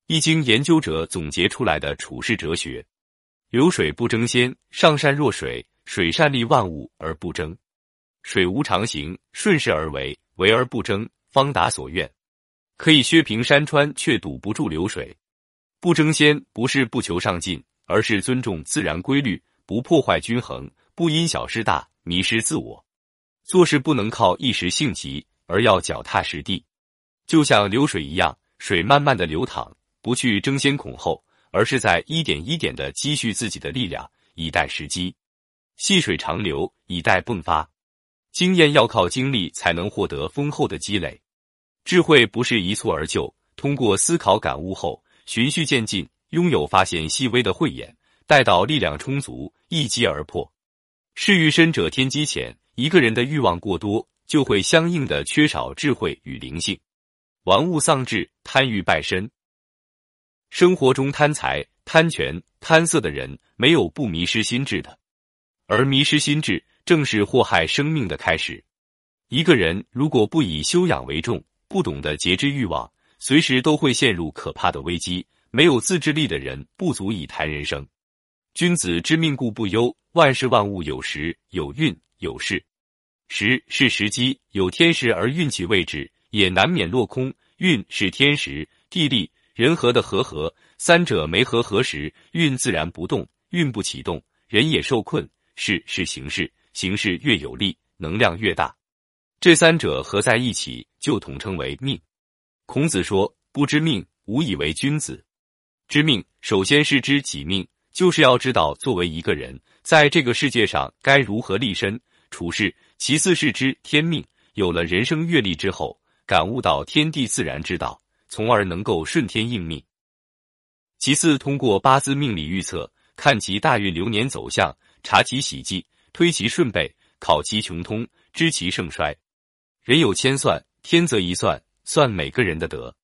易经研究者总结出来的处世哲学。流水不争先，上善若水，水善利万物而不争。水无常形，顺势而为，为而不争，方达所愿。可以削平山川，却堵不住流水。不争先不是不求上进，而是尊重自然规律，不破坏均衡，不因小失大，迷失自我。做事不能靠一时兴起，而要脚踏实地。就像流水一样，水慢慢的流淌，不去争先恐后，而是在一点一点的积蓄自己的力量，以待时机。细水长流，以待迸发。经验要靠经历才能获得丰厚的积累。智慧不是一蹴而就，通过思考感悟后，循序渐进，拥有发现细微的慧眼，待到力量充足，一击而破。事欲深者天机浅，一个人的欲望过多，就会相应的缺少智慧与灵性。玩物丧志，贪欲败身。生活中贪财、贪权、贪色的人，没有不迷失心智的。而迷失心智，正是祸害生命的开始。一个人如果不以修养为重，不懂得节制欲望，随时都会陷入可怕的危机。没有自制力的人，不足以谈人生。君子之命故不忧，万事万物有时，有运，有势。时是时机，有天时而运气未至，也难免落空。运是天时、地利、人和的和，三者没合时，运自然不动，运不启动，人也受困。势是形势，形势越有力，能量越大。这三者合在一起，就统称为命。孔子说：“不知命，无以为君子。”知命，首先是知己命，就是要知道作为一个人，在这个世界上该如何立身处世；其次是知天命，有了人生阅历之后，感悟到天地自然之道，从而能够顺天应命。其次，通过八字命理预测，看其大运流年走向，查其喜忌，推其顺背，考其穷通，知其盛衰。人有千算，天则一算，算每个人的德。